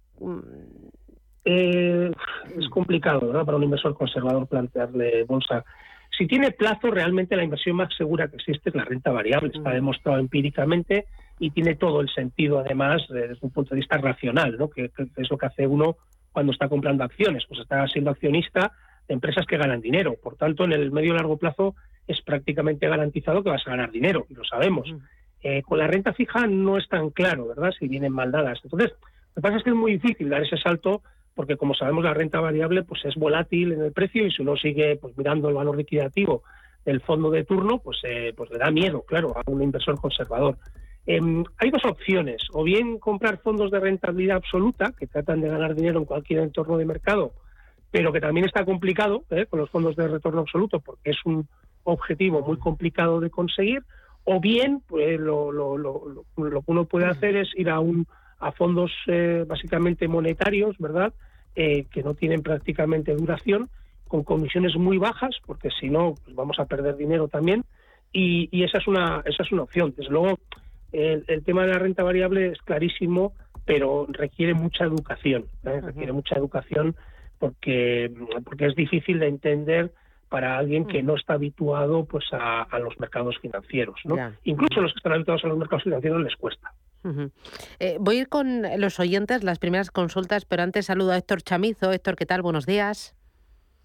Eh, es complicado, ¿verdad? Para un inversor conservador plantearle bolsa. Si tiene plazo, realmente la inversión más segura que existe es la renta variable. Está demostrado empíricamente y tiene todo el sentido, además, desde un punto de vista racional, ¿no? Que, que es lo que hace uno cuando está comprando acciones. Pues está siendo accionista de empresas que ganan dinero. Por tanto, en el medio y largo plazo es prácticamente garantizado que vas a ganar dinero, y lo sabemos. Mm. Eh, con la renta fija no es tan claro, ¿verdad?, si vienen mal dadas. Entonces, lo que pasa es que es muy difícil dar ese salto porque, como sabemos, la renta variable pues es volátil en el precio y si uno sigue pues mirando el valor liquidativo del fondo de turno, pues, eh, pues le da miedo, claro, a un inversor conservador. Eh, hay dos opciones, o bien comprar fondos de rentabilidad absoluta que tratan de ganar dinero en cualquier entorno de mercado, pero que también está complicado ¿eh? con los fondos de retorno absoluto porque es un objetivo muy complicado de conseguir, o bien pues lo, lo, lo, lo, lo que uno puede hacer es ir a un a fondos eh, básicamente monetarios, ¿verdad?, eh, que no tienen prácticamente duración, con comisiones muy bajas, porque si no pues vamos a perder dinero también, y, y esa es una esa es una opción. Desde luego, el, el tema de la renta variable es clarísimo, pero requiere mucha educación, ¿eh? requiere mucha educación porque porque es difícil de entender para alguien que no está habituado pues a, a los mercados financieros, ¿no? Yeah. Incluso los que están habituados a los mercados financieros les cuesta. Uh-huh. Eh, voy a ir con los oyentes, las primeras consultas, pero antes saludo a Héctor Chamizo. Héctor, ¿qué tal? Buenos días.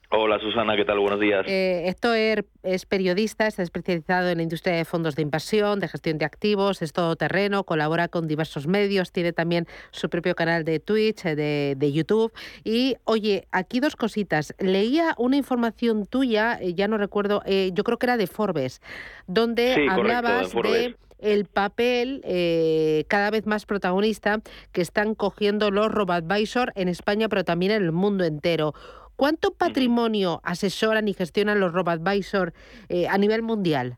Hola Susana, ¿qué tal? Buenos días. Eh, Héctor es periodista, está especializado en la industria de fondos de inversión, de gestión de activos, es todoterreno, colabora con diversos medios, tiene también su propio canal de Twitch, de, de YouTube. Y oye, aquí dos cositas. Leía una información tuya, eh, ya no recuerdo, eh, yo creo que era de Forbes, donde sí, hablabas correcto, de... de el papel eh, cada vez más protagonista que están cogiendo los robo-advisor en España, pero también en el mundo entero. ¿Cuánto patrimonio asesoran y gestionan los robo-advisor eh, a nivel mundial?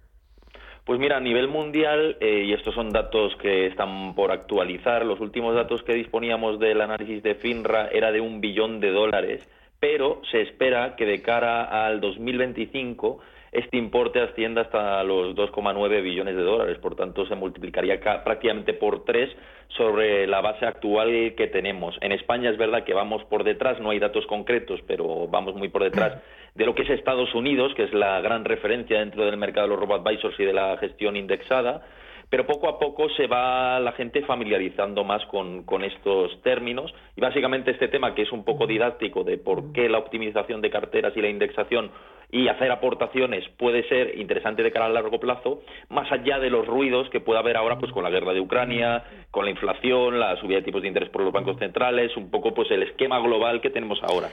Pues mira, a nivel mundial, eh, y estos son datos que están por actualizar, los últimos datos que disponíamos del análisis de FINRA era de un billón de dólares, pero se espera que de cara al dos mil veinticinco este importe ascienda hasta los dos coma nueve billones de dólares, por tanto se multiplicaría prácticamente por tres sobre la base actual que tenemos. En España es verdad que vamos por detrás, no hay datos concretos, pero vamos muy por detrás de lo que es Estados Unidos, que es la gran referencia dentro del mercado de los robo-advisors y de la gestión indexada, pero poco a poco se va la gente familiarizando más con, con estos términos y básicamente este tema, que es un poco didáctico de por qué la optimización de carteras y la indexación y hacer aportaciones puede ser interesante de cara a largo plazo, más allá de los ruidos que pueda haber ahora pues con la guerra de Ucrania, con la inflación, la subida de tipos de interés por los bancos centrales, un poco pues el esquema global que tenemos ahora.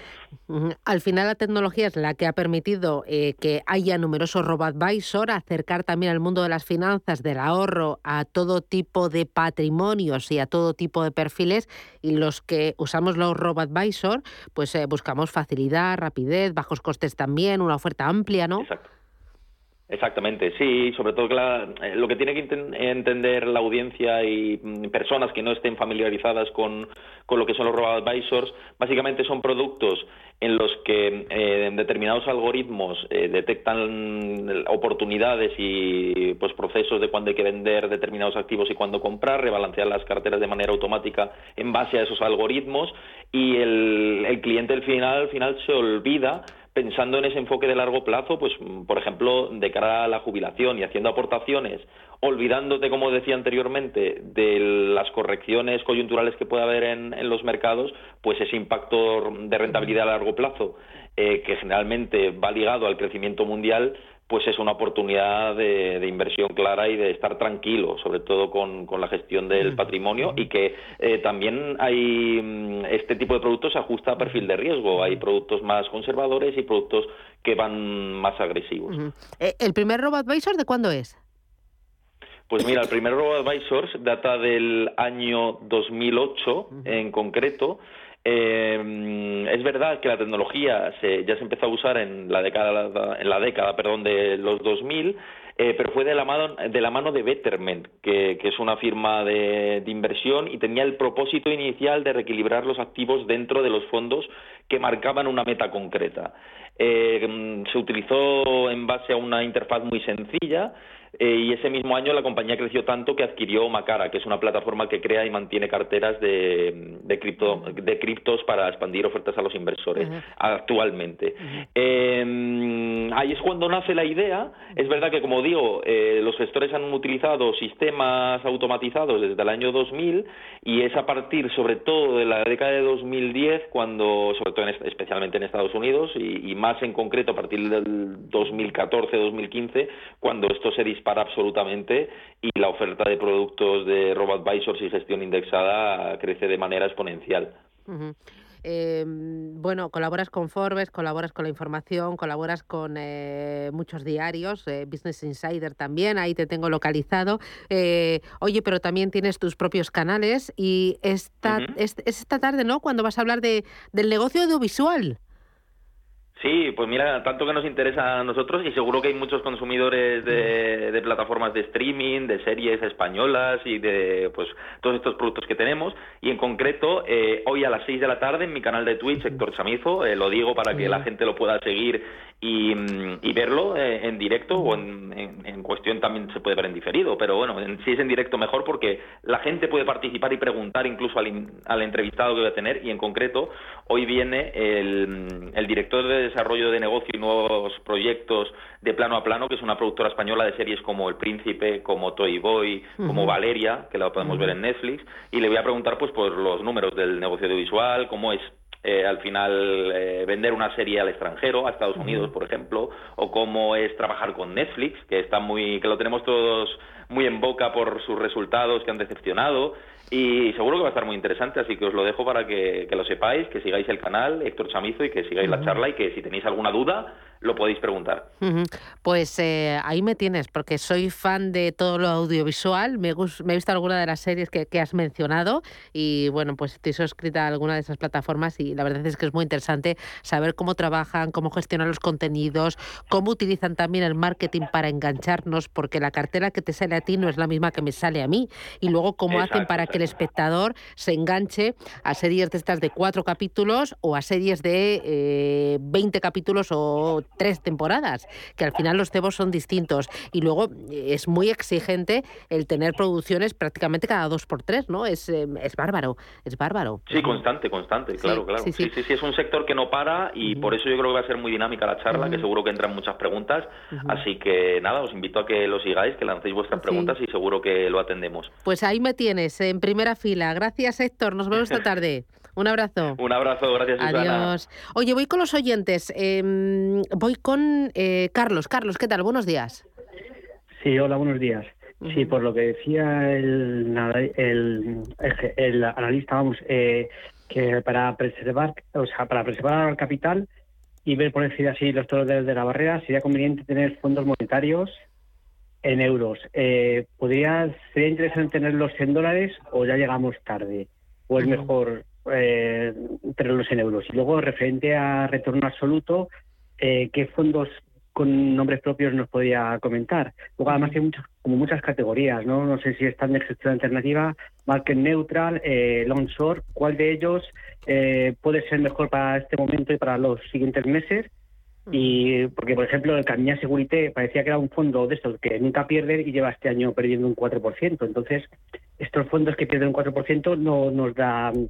Al final la tecnología es la que ha permitido eh, que haya numerosos robo-advisor, acercar también al mundo de las finanzas, del ahorro, a todo tipo de patrimonios y a todo tipo de perfiles, y los que usamos los robo-advisor pues eh, buscamos facilidad, rapidez, bajos costes también, una oferta amplia, ¿no? Exacto. Exactamente, sí, sobre todo que la, eh, lo que tiene que ent- entender la audiencia y mm, personas que no estén familiarizadas con, con lo que son los robo-advisors, básicamente son productos en los que eh, determinados algoritmos eh, detectan oportunidades y pues procesos de cuándo hay que vender determinados activos y cuándo comprar, rebalancear las carteras de manera automática en base a esos algoritmos, y el, el cliente al final, al final se olvida, pensando en ese enfoque de largo plazo, pues por ejemplo, de cara a la jubilación y haciendo aportaciones, olvidándote, como decía anteriormente, de las correcciones coyunturales que puede haber en, en los mercados, pues ese impacto de rentabilidad a largo plazo, eh, que generalmente va ligado al crecimiento mundial, pues es una oportunidad de, de inversión clara y de estar tranquilo, sobre todo con, con la gestión del patrimonio, y que eh, también hay este tipo de productos se ajusta a perfil de riesgo. Hay productos más conservadores y productos que van más agresivos. Uh-huh. ¿El primer robo-advisor de cuándo es? Pues mira, el primer robo-advisor data del año dos mil ocho, uh-huh. en concreto. Eh, es verdad que la tecnología se, ya se empezó a usar en la década, en la década, perdón, de los dos mil, eh, pero fue de la mano de la mano de Betterment, que, que es una firma de, de inversión, y tenía el propósito inicial de reequilibrar los activos dentro de los fondos que marcaban una meta concreta. Eh, se utilizó en base a una interfaz muy sencilla. Eh, y ese mismo año la compañía creció tanto que adquirió Macara, que es una plataforma que crea y mantiene carteras de, de, cripto, de criptos para expandir ofertas a los inversores uh-huh. actualmente. Uh-huh. Eh, ahí es cuando nace la idea. Es verdad que, como digo, eh, los gestores han utilizado sistemas automatizados desde el año dos mil, y es a partir, sobre todo, de la década de dos mil diez, cuando, sobre todo en, especialmente en Estados Unidos, y, y más en concreto a partir del dos mil catorce dos mil quince, cuando esto se dispara para absolutamente y la oferta de productos de robo-advisors y gestión indexada crece de manera exponencial. Uh-huh. Eh, bueno, colaboras con Forbes, colaboras con La Información, colaboras con eh, muchos diarios, eh, Business Insider también, ahí te tengo localizado. Eh, oye, pero también tienes tus propios canales, y esta, uh-huh. es, es esta tarde, ¿no?, cuando vas a hablar de del negocio audiovisual. Sí, pues mira, tanto que nos interesa a nosotros, y seguro que hay muchos consumidores de, de plataformas de streaming, de series españolas y de pues todos estos productos que tenemos. Y en concreto, eh, hoy a las seis de la tarde en mi canal de Twitch, Héctor Chamizo, eh, lo digo para que la gente lo pueda seguir y, y verlo eh, en directo, o en, en, en cuestión también se puede ver en diferido, pero bueno, en, si es en directo mejor, porque la gente puede participar y preguntar incluso al, al entrevistado que voy a tener. Y en concreto, hoy viene el, el director de desarrollo de negocio y nuevos proyectos de Plano a Plano, que es una productora española de series como El Príncipe, como Toy Boy, uh-huh. como Valeria, que la podemos uh-huh. ver en Netflix, y le voy a preguntar pues por los números del negocio audiovisual, cómo es eh, al final eh, vender una serie al extranjero, a Estados Unidos, por ejemplo, o cómo es trabajar con Netflix, que está muy, que lo tenemos todos muy en boca por sus resultados que han decepcionado, y seguro que va a estar muy interesante, así que os lo dejo para que, que lo sepáis, que sigáis el canal Héctor Chamizo y que sigáis uh-huh. la charla, y que si tenéis alguna duda lo podéis preguntar. Uh-huh. Pues eh, ahí me tienes, porque soy fan de todo lo audiovisual, me, gus- me he visto alguna de las series que, que has mencionado y bueno, pues estoy suscrita a alguna de esas plataformas y la verdad es que es muy interesante saber cómo trabajan, cómo gestionan los contenidos, cómo utilizan también el marketing para engancharnos, porque la cartera que te sale a ti no es la misma que me sale a mí, y luego cómo Exacto. hacen para que el espectador se enganche a series de estas de cuatro capítulos o a series de eh, veinte capítulos o tres temporadas, que al final los cebos son distintos. Y luego es muy exigente el tener producciones prácticamente cada dos por tres, ¿no? Es, eh, es bárbaro, es bárbaro. Sí, constante, constante, claro, sí, claro. Sí sí. sí, sí, sí, es un sector que no para y uh-huh. por eso yo creo que va a ser muy dinámica la charla, uh-huh. que seguro que entran muchas preguntas. Uh-huh. Así que nada, os invito a que lo sigáis, que lancéis vuestras sí. preguntas y seguro que lo atendemos. Pues ahí me tienes, en primera fila. Gracias, Héctor. Nos vemos esta tarde. Un abrazo. Un abrazo, gracias, Susana. Adiós. Oye, voy con los oyentes. Eh, voy con eh, Carlos. Carlos, ¿qué tal? Buenos días. Sí, hola, buenos días. Uh-huh. Sí, por lo que decía el, el, el, el analista, vamos, eh, que para preservar, o sea, para preservar el capital y ver, por decir así, los toros de, de la barrera, sería conveniente tener fondos monetarios en euros. Eh, ¿podría, sería interesante tenerlos en dólares o ya llegamos tarde? ¿O es uh-huh. mejor eh, tenerlos en euros? Y luego, referente a retorno absoluto, eh, ¿qué fondos con nombres propios nos podría comentar? Luego, además, hay muchas, como muchas categorías, ¿no? No sé si están de gestión alternativa, market neutral, eh, long short. ¿Cuál de ellos eh, puede ser mejor para este momento y para los siguientes meses? Y porque, por ejemplo, el Carmignac Seguridad parecía que era un fondo de estos que nunca pierde y lleva este año perdiendo un cuatro por ciento. Entonces, estos fondos que pierden un cuatro por ciento no nos dan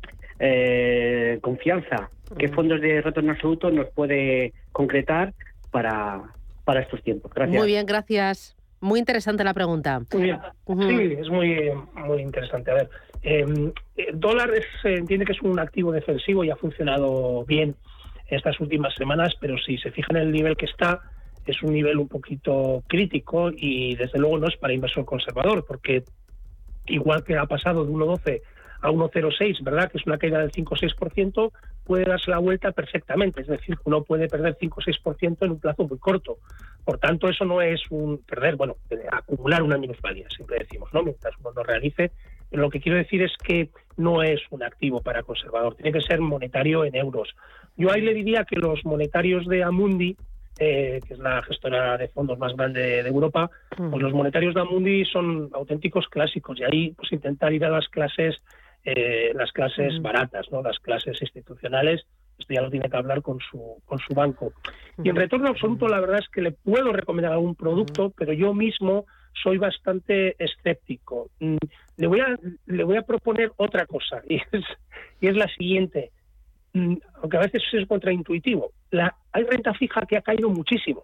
eh, confianza. ¿Qué fondos de retorno absoluto nos puede concretar para, para estos tiempos? Gracias. Muy bien, gracias. Muy interesante la pregunta. Muy bien. Uh-huh. Sí, es muy, muy interesante. A ver, eh, el dólar es, se entiende que es un activo defensivo y ha funcionado bien estas últimas semanas, pero si se fijan en el nivel que está, es un nivel un poquito crítico y desde luego no es para inversor conservador, porque igual que ha pasado de uno coma doce a uno coma cero seis, ¿verdad?, que es una caída del cinco o seis por ciento, puede darse la vuelta perfectamente, es decir, uno puede perder cinco o seis por ciento en un plazo muy corto. Por tanto, eso no es un perder, bueno, acumular una minusvalía, siempre decimos, ¿no?, mientras uno lo realice. Pero lo que quiero decir es que no es un activo para conservador, tiene que ser monetario en euros. Yo ahí le diría que los monetarios de Amundi, eh, que es la gestora de fondos más grande de Europa, pues los monetarios de Amundi son auténticos clásicos y ahí pues intentar ir a las clases eh, las clases uh-huh. baratas, ¿no?, las clases institucionales. Esto ya lo tiene que hablar con su con su banco. Y en retorno absoluto, la verdad es que le puedo recomendar algún producto, uh-huh. pero yo mismo soy bastante escéptico. Le voy a le voy a proponer otra cosa y es, y es la siguiente. Aunque a veces es contraintuitivo, la, hay renta fija que ha caído muchísimo,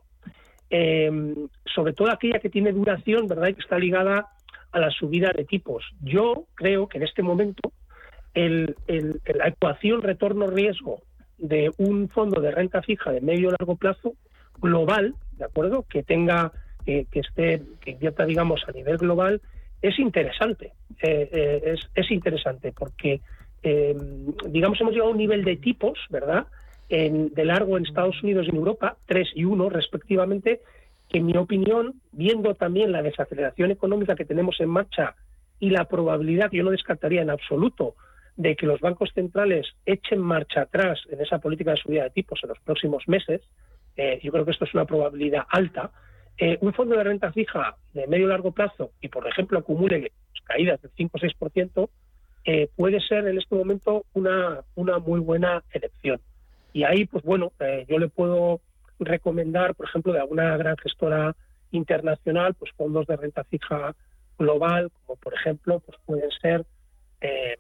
eh, sobre todo aquella que tiene duración, ¿verdad?, y que está ligada a la subida de tipos. Yo creo que en este momento el, el, la ecuación retorno-riesgo de un fondo de renta fija de medio o largo plazo global, ¿de acuerdo?, que tenga, eh, que esté, que invierta, digamos, a nivel global, es interesante. Eh, eh, es, es interesante porque Eh, digamos, hemos llegado a un nivel de tipos, ¿verdad?, en, de largo en Estados Unidos y en Europa, tres y uno respectivamente, que en mi opinión, viendo también la desaceleración económica que tenemos en marcha y la probabilidad que yo no descartaría en absoluto de que los bancos centrales echen marcha atrás en esa política de subida de tipos en los próximos meses, eh, yo creo que esto es una probabilidad alta. Eh, un fondo de renta fija de medio y largo plazo y, por ejemplo, acumule caídas del cinco o seis por ciento, Eh, puede ser en este momento una, una muy buena elección. Y ahí, pues bueno, eh, yo le puedo recomendar, por ejemplo, de alguna gran gestora internacional, pues fondos de renta fija global, como por ejemplo, pues pueden ser eh,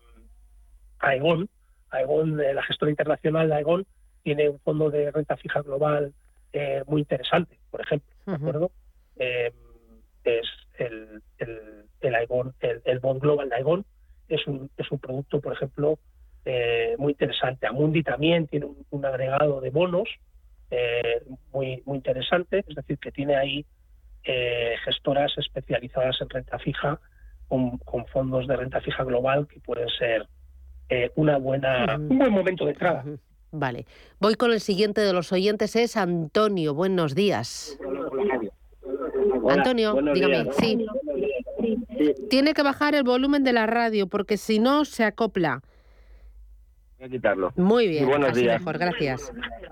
Aegon. Aegon, eh, la gestora internacional de Aegon, tiene un fondo de renta fija global eh, muy interesante, por ejemplo, ¿de acuerdo? Eh, es el, el, el Aegon, el, el Bond Global de Aegon. Es un, es un producto, por ejemplo, eh, muy interesante. Amundi también tiene un, un agregado de bonos eh, muy, muy interesante, es decir, que tiene ahí eh, gestoras especializadas en renta fija con, con fondos de renta fija global que pueden ser eh, una buena, uh-huh. un buen momento de entrada. Uh-huh. Vale. Voy con el siguiente de los oyentes, es Antonio. Buenos días. Hola, Antonio, dígame. Días. Sí. Sí. Tiene que bajar el volumen de la radio porque si no se acopla. Voy a quitarlo. Muy bien, sí, buenos así días. Mejor, gracias.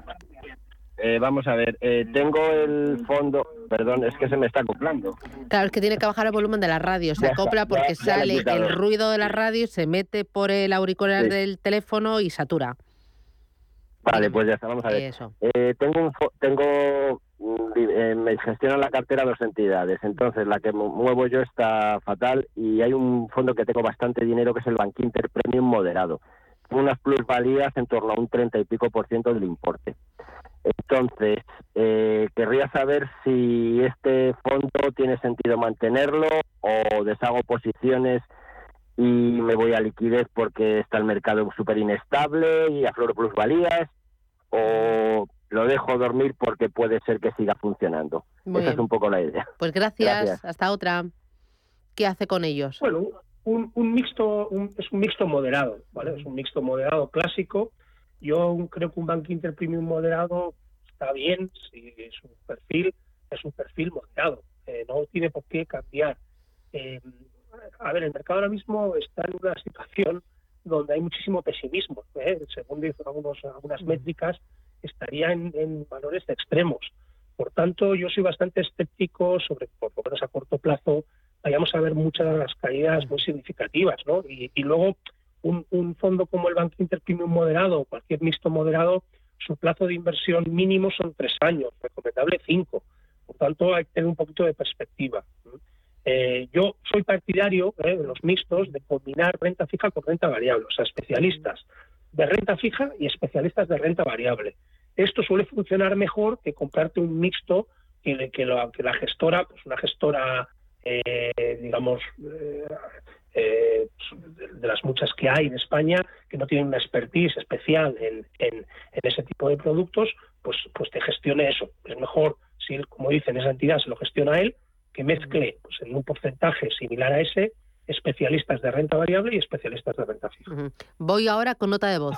Eh, vamos a ver, eh, tengo el fondo, perdón, es que se me está acoplando. Claro, es que tiene que bajar el volumen de la radio, se ya acopla está, porque ya, ya sale el ruido de la radio, se mete por el auricular sí. del teléfono y satura. Vale, pues ya está, vamos a ver. Eso. Eh, tengo, un fo- tengo eh, me gestionan la cartera dos entidades, entonces la que muevo yo está fatal y hay un fondo que tengo bastante dinero que es el Bankinter Premium Moderado. Tiene unas plusvalías en torno a un treinta y pico por ciento del importe. Entonces, eh, querría saber si este fondo tiene sentido mantenerlo o deshago posiciones y me voy a liquidez porque está el mercado súper inestable y afloro plusvalías, o lo dejo dormir porque puede ser que siga funcionando. Muy Esa bien. Es un poco la idea. Pues gracias. gracias. Hasta otra. ¿Qué hace con ellos? Bueno, un, un mixto, un, es un mixto moderado, ¿vale? Es un mixto moderado clásico. Yo creo que un Bankinter Premium moderado está bien, si es un perfil, es un perfil moderado, eh, no tiene por qué cambiar. Eh, a ver, el mercado ahora mismo está en una situación donde hay muchísimo pesimismo, ¿eh? Según dicen algunos, algunas métricas, estaría en, en valores extremos. Por tanto, yo soy bastante escéptico sobre, por lo menos a corto plazo, vayamos a ver muchas de las caídas muy significativas, ¿no? Y, y luego Un, un fondo como el Bankinter Premium moderado o cualquier mixto moderado, su plazo de inversión mínimo son tres años, recomendable cinco. Por tanto, hay que tener un poquito de perspectiva. Eh, yo soy partidario eh, de los mixtos de combinar renta fija con renta variable, o sea, especialistas de renta fija y especialistas de renta variable. Esto suele funcionar mejor que comprarte un mixto que, que, lo, que la gestora, pues una gestora, eh, digamos, eh, Eh, de las muchas que hay en España que no tienen una expertise especial en, en, en ese tipo de productos, pues, pues te gestione eso. Es mejor, si como dicen, esa entidad se lo gestiona él, que mezcle pues, en un porcentaje similar a ese especialistas de renta variable y especialistas de renta fija. Uh-huh. Voy ahora con nota de voz.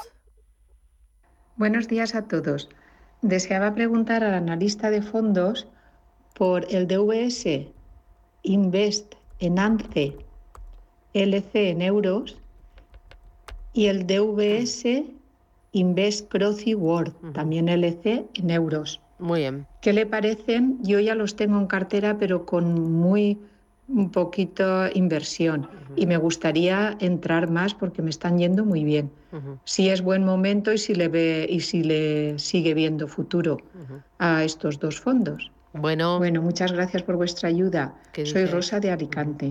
Buenos días a todos. Deseaba preguntar al analista de fondos por el D V S Invest en ANCE L C en euros y el D V S Invest Croci World, uh-huh. también L C en euros. Muy bien. ¿Qué le parecen? Yo ya los tengo en cartera, pero con muy un poquito inversión uh-huh. y me gustaría entrar más porque me están yendo muy bien. Uh-huh. Si es buen momento y si le ve y si le sigue viendo futuro uh-huh. a estos dos fondos. Bueno. Bueno, muchas gracias por vuestra ayuda. Soy Rosa de Alicante.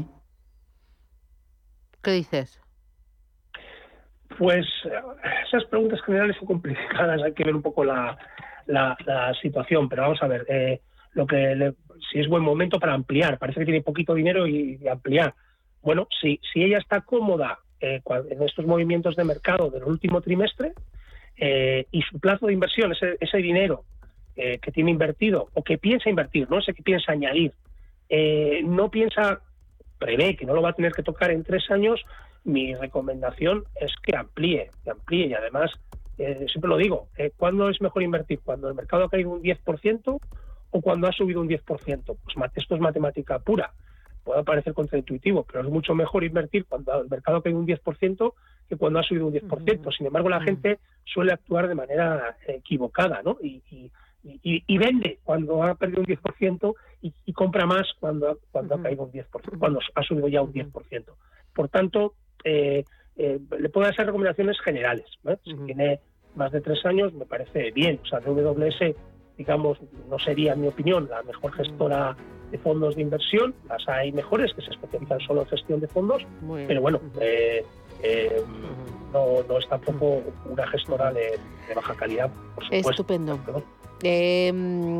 ¿Qué dices? Pues esas preguntas generales son complicadas, hay que ver un poco la, la, la situación, pero vamos a ver, eh, lo que le, si es buen momento para ampliar, parece que tiene poquito dinero y, y ampliar. Bueno, si, si ella está cómoda eh, en estos movimientos de mercado del último trimestre eh, y su plazo de inversión, ese, ese dinero eh, que tiene invertido o que piensa invertir, no sé qué piensa añadir, eh, no piensa... prevé que no lo va a tener que tocar en tres años, mi recomendación es que amplíe, que amplíe y además, eh, siempre lo digo, eh, ¿cuándo es mejor invertir? ¿Cuando el mercado ha caído un diez por ciento o cuando ha subido un diez por ciento? Pues esto es matemática pura, puede parecer contraintuitivo, pero es mucho mejor invertir cuando el mercado ha caído un diez por ciento que cuando ha subido un diez por ciento. Sin embargo, la gente suele actuar de manera equivocada, ¿no? Y, y Y, y vende cuando ha perdido un diez por ciento y, y compra más cuando, cuando uh-huh. ha caído un diez por ciento, cuando ha subido ya un diez por ciento. Por tanto, eh, eh, le puedo hacer recomendaciones generales, ¿no? Si uh-huh. tiene más de tres años, me parece bien. O sea, D W S, digamos, no sería, en mi opinión, la mejor gestora de fondos de inversión. Las hay mejores que se especializan solo en gestión de fondos, pero bueno, eh, eh, no, no es tampoco una gestora de, de baja calidad, por supuesto. Estupendo. Eh,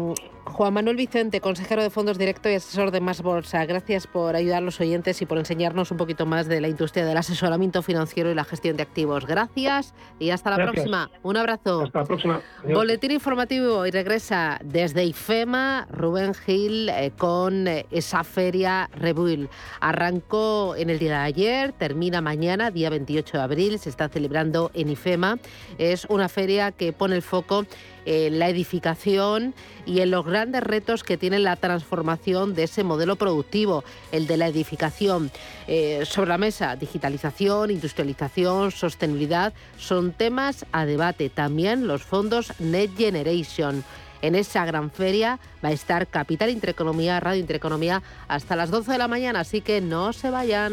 Juan Manuel Vicente, consejero de Fondos Directo y asesor de Más Bolsa. Gracias por ayudar a los oyentes y por enseñarnos un poquito más de la industria del asesoramiento financiero y la gestión de activos. Gracias y hasta la Gracias. próxima. Un abrazo. Hasta la próxima. Adiós. Boletín informativo y regresa desde IFEMA Rubén Gil eh, con eh, esa feria Rebuild. Arrancó en el día de ayer, termina mañana, día veintiocho de abril, se está celebrando en IFEMA. Es una feria que pone el foco en la edificación y en los grandes retos que tiene la transformación de ese modelo productivo, el de la edificación. Eh, sobre la mesa, digitalización, industrialización, sostenibilidad, son temas a debate. También los fondos Next Generation. En esa gran feria va a estar Capital Intereconomía, Radio Intereconomía, hasta las doce de la mañana, así que no se vayan.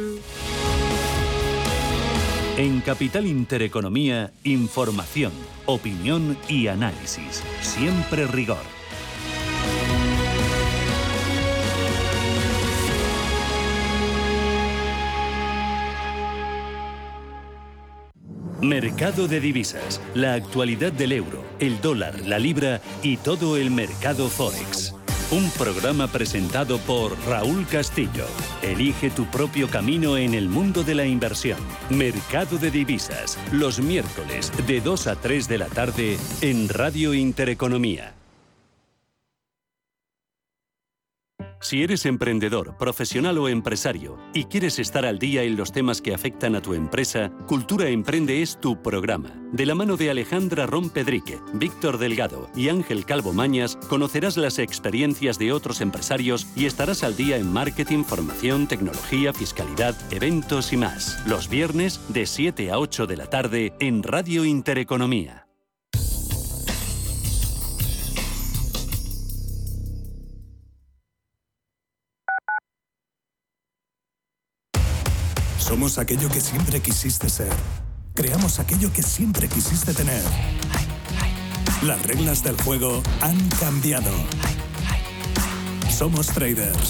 En Capital Intereconomía, información, opinión y análisis. Siempre rigor. Mercado de divisas, la actualidad del euro, el dólar, la libra y todo el mercado Forex. Un programa presentado por Raúl Castillo. Elige tu propio camino en el mundo de la inversión. Mercado de divisas, los miércoles de dos a tres de la tarde en Radio Intereconomía. Si eres emprendedor, profesional o empresario y quieres estar al día en los temas que afectan a tu empresa, Cultura Emprende es tu programa. De la mano de Alejandra Rompedrique, Víctor Delgado y Ángel Calvo Mañas, conocerás las experiencias de otros empresarios y estarás al día en marketing, formación, tecnología, fiscalidad, eventos y más. Los viernes de siete a ocho de la tarde en Radio Intereconomía. Somos aquello que siempre quisiste ser. Creamos aquello que siempre quisiste tener. Las reglas del juego han cambiado. Somos traders.